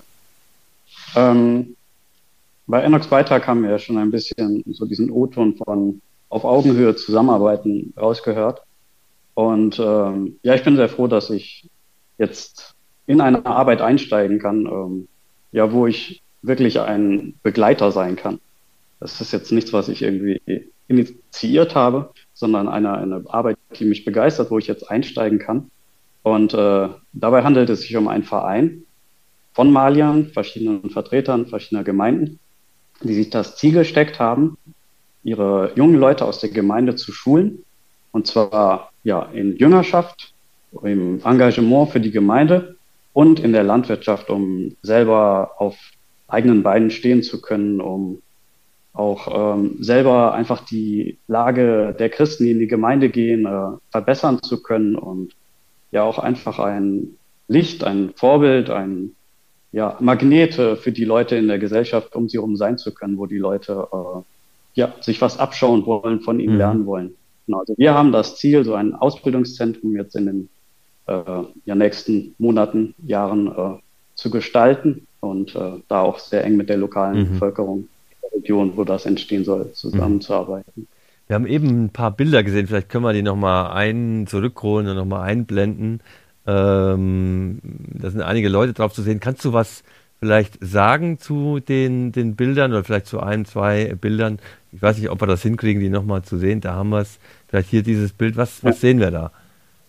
Bei Enochs Beitrag haben wir ja schon ein bisschen so diesen O-Ton von auf Augenhöhe zusammenarbeiten rausgehört. Und ja, ich bin sehr froh, dass ich jetzt in eine Arbeit einsteigen kann, ja, wo ich wirklich ein Begleiter sein kann. Das ist jetzt nichts, was ich irgendwie initiiert habe, sondern eine Arbeit, die mich begeistert, wo ich jetzt einsteigen kann. Und dabei handelt es sich um einen Verein von Maliern, verschiedenen Vertretern, verschiedener Gemeinden, die sich das Ziel gesteckt haben, ihre jungen Leute aus der Gemeinde zu schulen. Und zwar ja in Jüngerschaft, im Engagement für die Gemeinde und in der Landwirtschaft, um selber auf eigenen Beinen stehen zu können, um auch selber einfach die Lage der Christen, die in die Gemeinde gehen, verbessern zu können und ja auch einfach ein Licht, ein Vorbild, ein Magnet für die Leute in der Gesellschaft, um sie herum sein zu können, wo die Leute sich was abschauen wollen, von ihnen lernen wollen. Genau, also wir haben das Ziel, so ein Ausbildungszentrum jetzt in den nächsten Monaten, Jahren zu gestalten und da auch sehr eng mit der lokalen Bevölkerung der Region, wo das entstehen soll, zusammenzuarbeiten. Wir haben eben ein paar Bilder gesehen, vielleicht können wir die nochmal zurückholen und nochmal einblenden. Da sind einige Leute drauf zu sehen. Kannst du was vielleicht sagen zu den Bildern oder vielleicht zu ein, zwei Bildern? Ich weiß nicht, ob wir das hinkriegen, die nochmal zu sehen. Da haben wir es. Vielleicht hier dieses Bild. Was sehen wir da?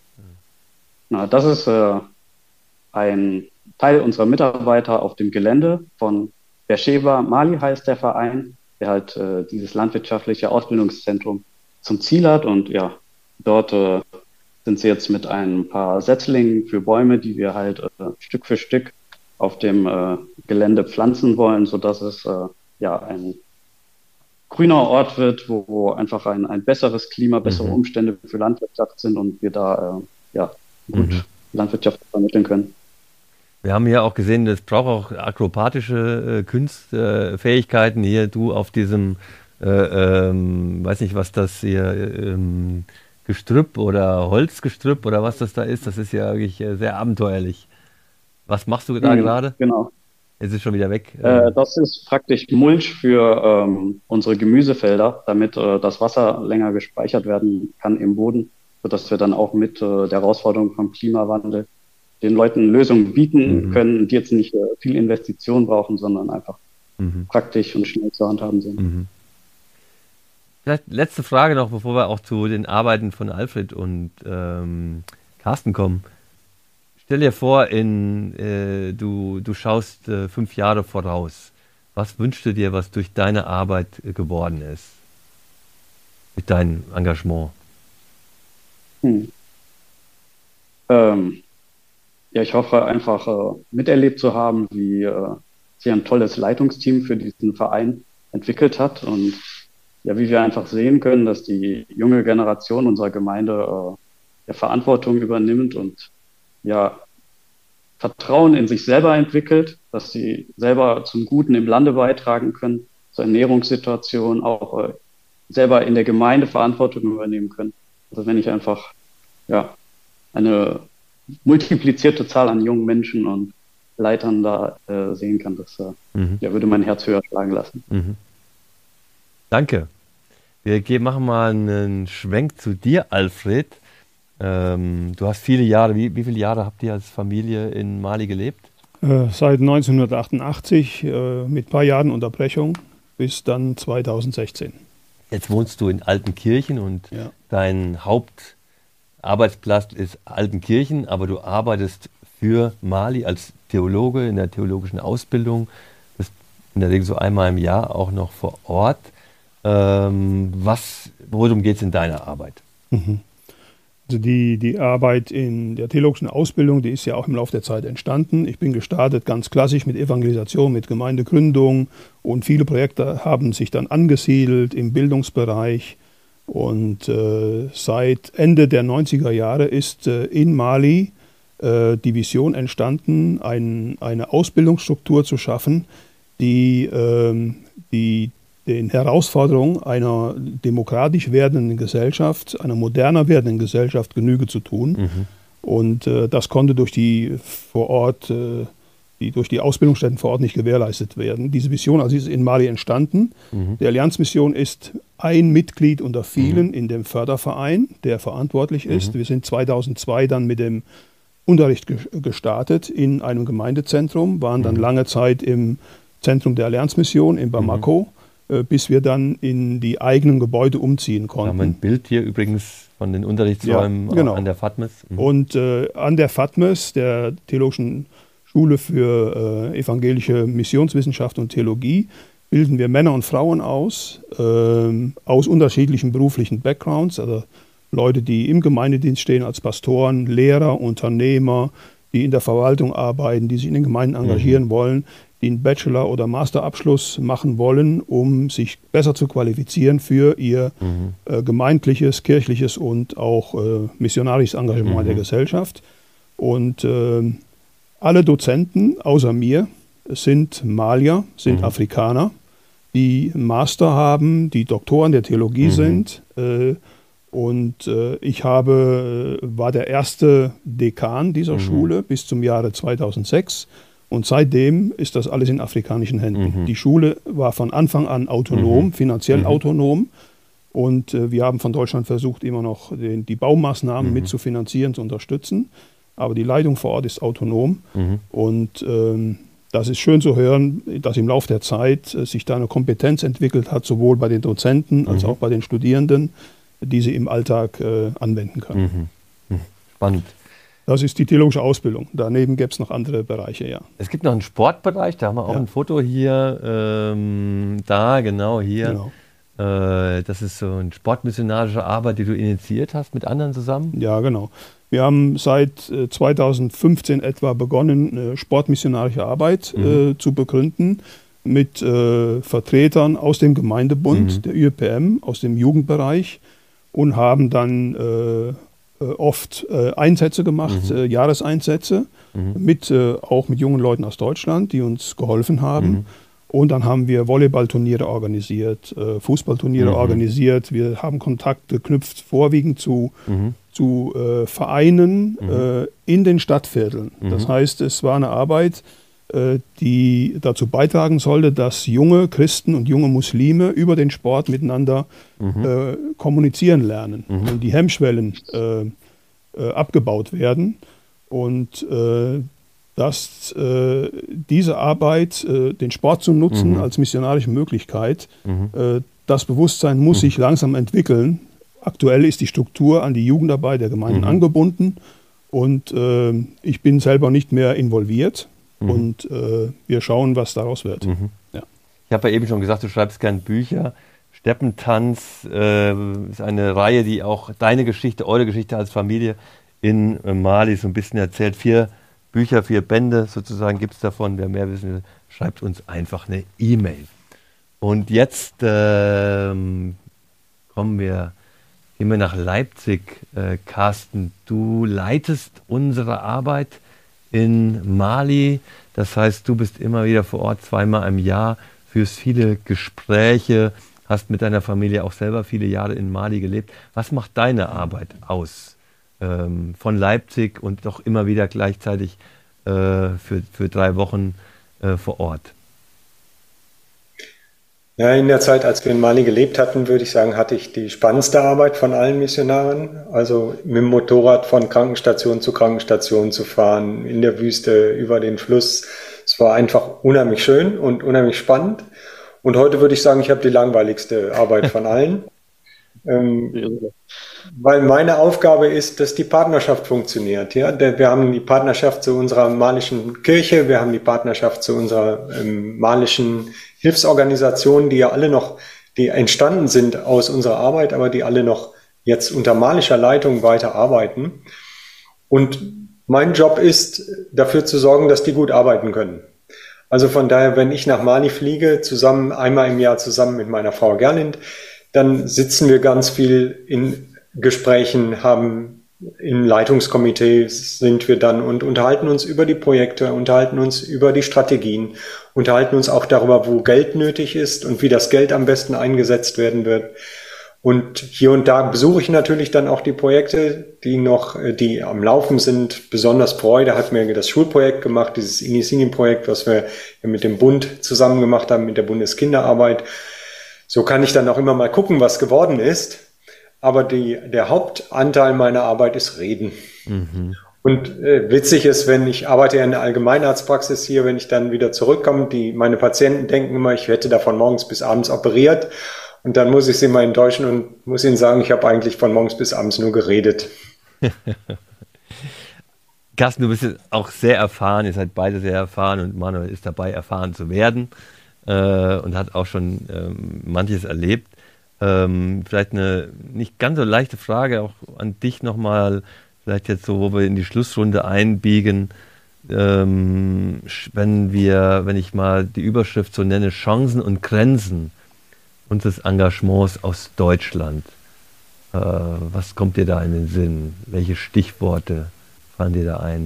Na, das ist ein Teil unserer Mitarbeiter auf dem Gelände von Beersheba Mali heißt der Verein, der halt dieses landwirtschaftliche Ausbildungszentrum zum Ziel hat. Und ja, dort sind sie jetzt mit ein paar Setzlingen für Bäume, die wir halt Stück für Stück auf dem Gelände pflanzen wollen, sodass es ein grüner Ort wird, wo einfach ein besseres Klima, bessere Umstände für Landwirtschaft sind und wir da gut Landwirtschaft vermitteln können. Wir haben hier auch gesehen, das braucht auch akrobatische Kunstfähigkeiten. Hier du auf diesem, weiß nicht, was das hier, Gestrüpp oder Holzgestrüpp oder was das da ist. Das ist ja wirklich sehr abenteuerlich. Was machst du da gerade? Genau. Es ist schon wieder weg. Das ist praktisch Mulch für unsere Gemüsefelder, damit das Wasser länger gespeichert werden kann im Boden, sodass wir dann auch mit der Herausforderung vom Klimawandel den Leuten Lösungen bieten können, die jetzt nicht viel Investition brauchen, sondern einfach praktisch und schnell zu handhaben sind. Vielleicht letzte Frage noch, bevor wir auch zu den Arbeiten von Alfred und Carsten kommen. Stell dir vor, du schaust 5 Jahre voraus. Was wünschst du dir, was durch deine Arbeit geworden ist? Mit deinem Engagement? Ich hoffe einfach miterlebt zu haben, wie sich ein tolles Leitungsteam für diesen Verein entwickelt hat und ja, wie wir einfach sehen können, dass die junge Generation unserer Gemeinde Verantwortung übernimmt und ja Vertrauen in sich selber entwickelt, dass sie selber zum Guten im Lande beitragen können, zur Ernährungssituation, auch selber in der Gemeinde Verantwortung übernehmen können. Also wenn ich einfach eine multiplizierte Zahl an jungen Menschen und Leitern da sehen kann, das würde mein Herz höher schlagen lassen. Danke. Wir machen mal einen Schwenk zu dir, Alfred. Du hast viele Jahre, wie viele Jahre habt ihr als Familie in Mali gelebt? Seit 1988 mit ein paar Jahren Unterbrechung bis dann 2016. Jetzt wohnst du in Altenkirchen und dein Hauptarbeitsplatz ist Altenkirchen, aber du arbeitest für Mali als Theologe in der theologischen Ausbildung. Bist in der Regel so einmal im Jahr auch noch vor Ort. Worum geht es in deiner Arbeit? Also die Arbeit in der theologischen Ausbildung, die ist ja auch im Laufe der Zeit entstanden. Ich bin gestartet ganz klassisch mit Evangelisation, mit Gemeindegründung und viele Projekte haben sich dann angesiedelt im Bildungsbereich. Und seit Ende der 90er Jahre ist in Mali die Vision entstanden, eine Ausbildungsstruktur zu schaffen, die den Herausforderungen einer demokratisch werdenden Gesellschaft, einer moderner werdenden Gesellschaft Genüge zu tun. Und das konnte durch die Ausbildungsstätten vor Ort nicht gewährleistet werden. Diese Vision also ist in Mali entstanden. Die Allianzmission ist ein Mitglied unter vielen in dem Förderverein, der verantwortlich ist. Wir sind 2002 dann mit dem Unterricht gestartet in einem Gemeindezentrum, waren dann lange Zeit im Zentrum der Allianzmission in Bamako, bis wir dann in die eigenen Gebäude umziehen konnten. Wir haben ein Bild hier übrigens von den Unterrichtsräumen an der FATMES. Und an der FATMES, der Theologischen Schule für evangelische Missionswissenschaft und Theologie, bilden wir Männer und Frauen aus unterschiedlichen beruflichen Backgrounds, also Leute, die im Gemeindedienst stehen als Pastoren, Lehrer, Unternehmer, die in der Verwaltung arbeiten, die sich in den Gemeinden engagieren wollen, die einen Bachelor- oder Masterabschluss machen wollen, um sich besser zu qualifizieren für ihr gemeindliches, kirchliches und auch missionarisches Engagement in der Gesellschaft. Und alle Dozenten außer mir sind Malier, sind Afrikaner, die Master haben, die Doktoren der Theologie sind. Ich war der erste Dekan dieser Schule bis zum Jahre 2006. Und seitdem ist das alles in afrikanischen Händen. Die Schule war von Anfang an autonom, finanziell autonom. Und wir haben von Deutschland versucht, immer noch die Baumaßnahmen mit zu finanzieren, zu unterstützen. Aber die Leitung vor Ort ist autonom. Und das ist schön zu hören, dass im Laufe der Zeit sich da eine Kompetenz entwickelt hat, sowohl bei den Dozenten als auch bei den Studierenden, die sie im Alltag anwenden können. Spannend. Das ist die theologische Ausbildung. Daneben gäbe es noch andere Bereiche, ja. Es gibt noch einen Sportbereich, da haben wir auch ein Foto hier, hier. Genau. Das ist so eine sportmissionarische Arbeit, die du initiiert hast mit anderen zusammen? Ja, genau. Wir haben seit 2015 etwa begonnen, eine sportmissionarische Arbeit zu begründen mit Vertretern aus dem Gemeindebund, der ÜEPM, aus dem Jugendbereich und haben dann oft Einsätze gemacht, Jahreseinsätze, auch mit jungen Leuten aus Deutschland, die uns geholfen haben. Und dann haben wir Volleyballturniere organisiert, Fußballturniere organisiert. Wir haben Kontakt geknüpft, vorwiegend zu Vereinen in den Stadtvierteln. Das heißt, es war eine Arbeit, die dazu beitragen sollte, dass junge Christen und junge Muslime über den Sport miteinander kommunizieren lernen und die Hemmschwellen abgebaut werden. Und dass diese Arbeit, den Sport zu nutzen als missionarische Möglichkeit, das Bewusstsein muss sich langsam entwickeln. Aktuell ist die Struktur an die Jugendarbeit der Gemeinden angebunden und ich bin selber nicht mehr involviert. Und wir schauen, was daraus wird. Ja. Ich habe ja eben schon gesagt, du schreibst gern Bücher. Steppentanz ist eine Reihe, die auch deine Geschichte, eure Geschichte als Familie in Mali so ein bisschen erzählt. 4 Bücher, 4 Bände sozusagen gibt es davon. Wer mehr wissen will, schreibt uns einfach eine E-Mail. Und jetzt gehen wir nach Leipzig. Carsten, du leitest unsere Arbeit in Mali. Das heißt, du bist immer wieder vor Ort, 2-mal im Jahr, führst viele Gespräche, hast mit deiner Familie auch selber viele Jahre in Mali gelebt. Was macht deine Arbeit aus von Leipzig und doch immer wieder gleichzeitig für 3 Wochen vor Ort? Ja, in der Zeit, als wir in Mali gelebt hatten, würde ich sagen, hatte ich die spannendste Arbeit von allen Missionaren. Also mit dem Motorrad von Krankenstation zu fahren, in der Wüste, über den Fluss. Es war einfach unheimlich schön und unheimlich spannend. Und heute würde ich sagen, ich habe die langweiligste Arbeit von allen. Weil meine Aufgabe ist, dass die Partnerschaft funktioniert. Ja? Wir haben die Partnerschaft zu unserer malischen Kirche, wir haben die Partnerschaft zu unserer malischen Hilfsorganisation, die ja alle noch, die entstanden sind aus unserer Arbeit, aber die alle noch jetzt unter malischer Leitung weiter arbeiten. Und mein Job ist, dafür zu sorgen, dass die gut arbeiten können. Also von daher, wenn ich nach Mali fliege, einmal im Jahr zusammen mit meiner Frau Gerlind, dann sitzen wir ganz viel in Gesprächen, haben im Leitungskomitee sind wir dann und unterhalten uns über die Projekte, unterhalten uns über die Strategien, unterhalten uns auch darüber, wo Geld nötig ist und wie das Geld am besten eingesetzt werden wird. Und hier und da besuche ich natürlich dann auch die Projekte, die am Laufen sind. Besonders Freude hat mir das Schulprojekt gemacht, dieses Inisini-Projekt, was wir mit dem Bund zusammen gemacht haben, mit der Bundeskinderarbeit. So kann ich dann auch immer mal gucken, was geworden ist. Aber der Hauptanteil meiner Arbeit ist Reden. Mhm. Und witzig ist, ich arbeite ja in der Allgemeinarztpraxis hier, wenn ich dann wieder zurückkomme, meine Patienten denken immer, ich hätte da von morgens bis abends operiert. Und dann muss ich sie mal enttäuschen und muss ihnen sagen, ich habe eigentlich von morgens bis abends nur geredet. Carsten, du bist auch sehr erfahren, ihr seid beide sehr erfahren und Manuel ist dabei, erfahren zu werden. Und hat auch schon manches erlebt. Vielleicht eine nicht ganz so leichte Frage auch an dich nochmal, vielleicht jetzt so, wo wir in die Schlussrunde einbiegen, wenn ich mal die Überschrift so nenne, Chancen und Grenzen unseres Engagements aus Deutschland. Was kommt dir da in den Sinn? Welche Stichworte fallen dir da ein?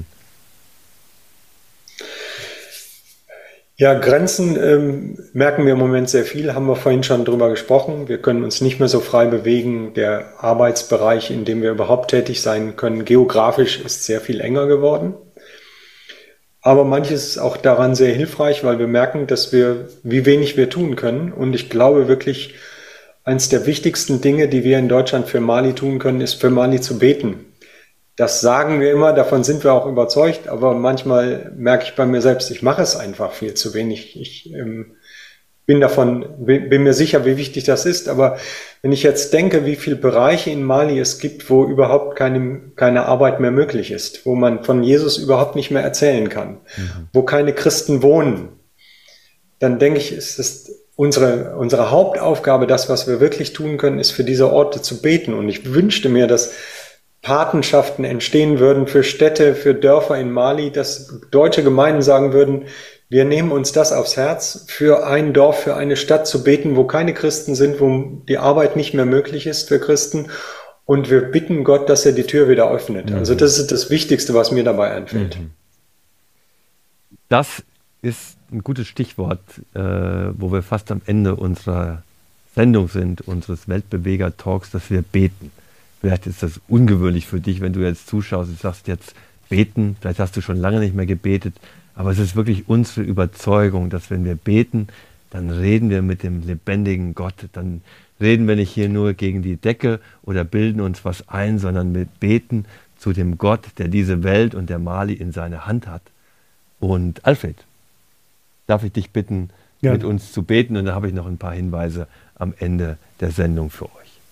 Ja, Grenzen merken wir im Moment sehr viel, haben wir vorhin schon drüber gesprochen. Wir können uns nicht mehr so frei bewegen. Der Arbeitsbereich, in dem wir überhaupt tätig sein können, geografisch ist sehr viel enger geworden. Aber manches ist auch daran sehr hilfreich, weil wir merken, wie wenig wir tun können. Und ich glaube wirklich, eines der wichtigsten Dinge, die wir in Deutschland für Mali tun können, ist für Mali zu beten. Das sagen wir immer, davon sind wir auch überzeugt, aber manchmal merke ich bei mir selbst, ich mache es einfach viel zu wenig. Ich bin mir sicher, wie wichtig das ist, aber wenn ich jetzt denke, wie viele Bereiche in Mali es gibt, wo überhaupt keine Arbeit mehr möglich ist, wo man von Jesus überhaupt nicht mehr erzählen kann, wo keine Christen wohnen, dann denke ich, ist es unsere Hauptaufgabe, das, was wir wirklich tun können, ist für diese Orte zu beten. Und ich wünschte mir, dass Patenschaften entstehen würden für Städte, für Dörfer in Mali, dass deutsche Gemeinden sagen würden, wir nehmen uns das aufs Herz, für ein Dorf, für eine Stadt zu beten, wo keine Christen sind, wo die Arbeit nicht mehr möglich ist für Christen. Und wir bitten Gott, dass er die Tür wieder öffnet. Also das ist das Wichtigste, was mir dabei einfällt. Das ist ein gutes Stichwort, wo wir fast am Ende unserer Sendung sind, unseres Weltbeweger-Talks, dass wir beten. Vielleicht ist das ungewöhnlich für dich, wenn du jetzt zuschaust und sagst jetzt beten, vielleicht hast du schon lange nicht mehr gebetet, aber es ist wirklich unsere Überzeugung, dass wenn wir beten, dann reden wir mit dem lebendigen Gott, dann reden wir nicht hier nur gegen die Decke oder bilden uns was ein, sondern wir beten zu dem Gott, der diese Welt und der Mali in seiner Hand hat. Und Alfred, darf ich dich bitten, mit uns zu beten, und dann habe ich noch ein paar Hinweise am Ende der Sendung für euch.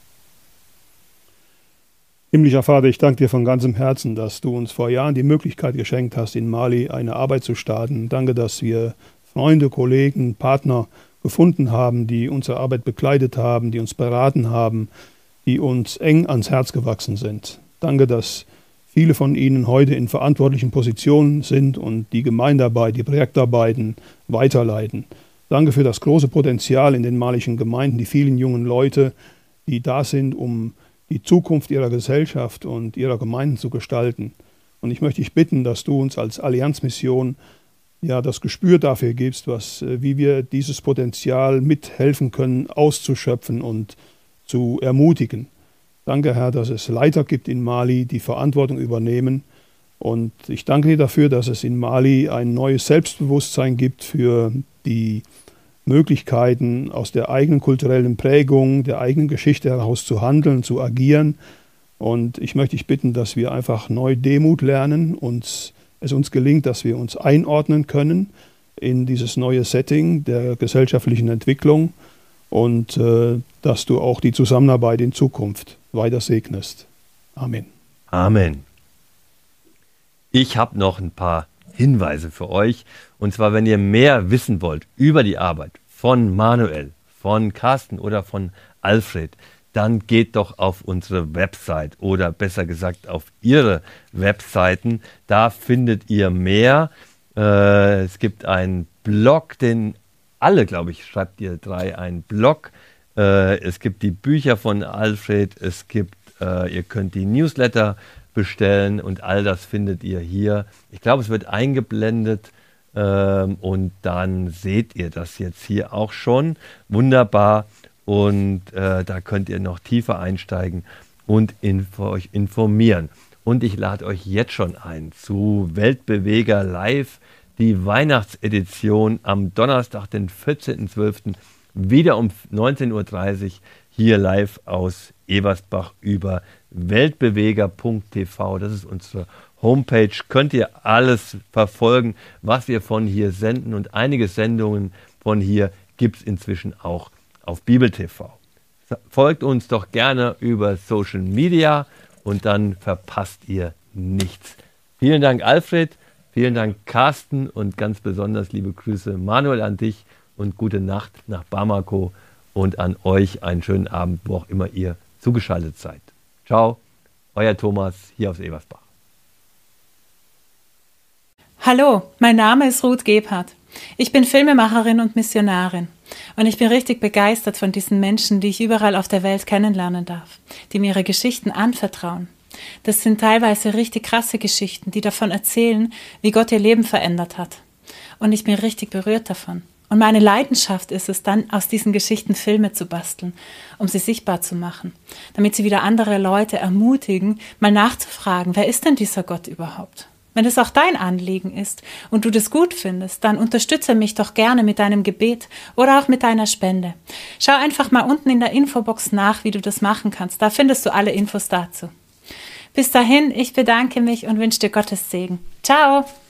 Himmlischer Vater, ich danke dir von ganzem Herzen, dass du uns vor Jahren die Möglichkeit geschenkt hast, in Mali eine Arbeit zu starten. Danke, dass wir Freunde, Kollegen, Partner gefunden haben, die unsere Arbeit begleitet haben, die uns beraten haben, die uns eng ans Herz gewachsen sind. Danke, dass viele von ihnen heute in verantwortlichen Positionen sind und die Gemeindearbeit, die Projektarbeiten weiterleiten. Danke für das große Potenzial in den malischen Gemeinden, die vielen jungen Leute, die da sind, um die Zukunft ihrer Gesellschaft und ihrer Gemeinden zu gestalten. Und ich möchte dich bitten, dass du uns als Allianzmission das Gespür dafür gibst, wie wir dieses Potenzial mithelfen können, auszuschöpfen und zu ermutigen. Danke, Herr, dass es Leiter gibt in Mali, die Verantwortung übernehmen. Und ich danke dir dafür, dass es in Mali ein neues Selbstbewusstsein gibt für die Möglichkeiten, aus der eigenen kulturellen Prägung, der eigenen Geschichte heraus zu handeln, zu agieren. Und ich möchte dich bitten, dass wir einfach neu Demut lernen und es uns gelingt, dass wir uns einordnen können in dieses neue Setting der gesellschaftlichen Entwicklung und dass du auch die Zusammenarbeit in Zukunft weiter segnest. Amen. Amen. Ich habe noch ein paar Hinweise für euch. Und zwar, wenn ihr mehr wissen wollt über die Arbeit von Manuel, von Carsten oder von Alfred, dann geht doch auf unsere Website oder besser gesagt auf ihre Webseiten. Da findet ihr mehr. Es gibt einen Blog, den alle, glaube ich, schreibt ihr 3 einen Blog. Es gibt die Bücher von Alfred, ihr könnt die Newsletter bestellen und all das findet ihr hier. Ich glaube, es wird eingeblendet und dann seht ihr das jetzt hier auch schon. Wunderbar. Und da könnt ihr noch tiefer einsteigen und euch informieren. Und ich lade euch jetzt schon ein zu Weltbeweger Live, die Weihnachtsedition am Donnerstag, den 14.12. wieder um 19.30 Uhr hier live aus Eversbach über weltbeweger.tv. Das ist unsere Homepage. Könnt ihr alles verfolgen, was wir von hier senden. Und einige Sendungen von hier gibt es inzwischen auch auf Bibel TV. Folgt uns doch gerne über Social Media und dann verpasst ihr nichts. Vielen Dank, Alfred. Vielen Dank, Carsten. Und ganz besonders liebe Grüße, Manuel, an dich und gute Nacht nach Bamako und an euch einen schönen Abend, wo auch immer ihr zugeschaltet seid. Ciao, euer Thomas hier aus Eversbach. Hallo, mein Name ist Ruth Gebhardt. Ich bin Filmemacherin und Missionarin. Und ich bin richtig begeistert von diesen Menschen, die ich überall auf der Welt kennenlernen darf, die mir ihre Geschichten anvertrauen. Das sind teilweise richtig krasse Geschichten, die davon erzählen, wie Gott ihr Leben verändert hat. Und ich bin richtig berührt davon. Und meine Leidenschaft ist es dann, aus diesen Geschichten Filme zu basteln, um sie sichtbar zu machen, damit sie wieder andere Leute ermutigen, mal nachzufragen, wer ist denn dieser Gott überhaupt? Wenn es auch dein Anliegen ist und du das gut findest, dann unterstütze mich doch gerne mit deinem Gebet oder auch mit deiner Spende. Schau einfach mal unten in der Infobox nach, wie du das machen kannst. Da findest du alle Infos dazu. Bis dahin, ich bedanke mich und wünsche dir Gottes Segen. Ciao!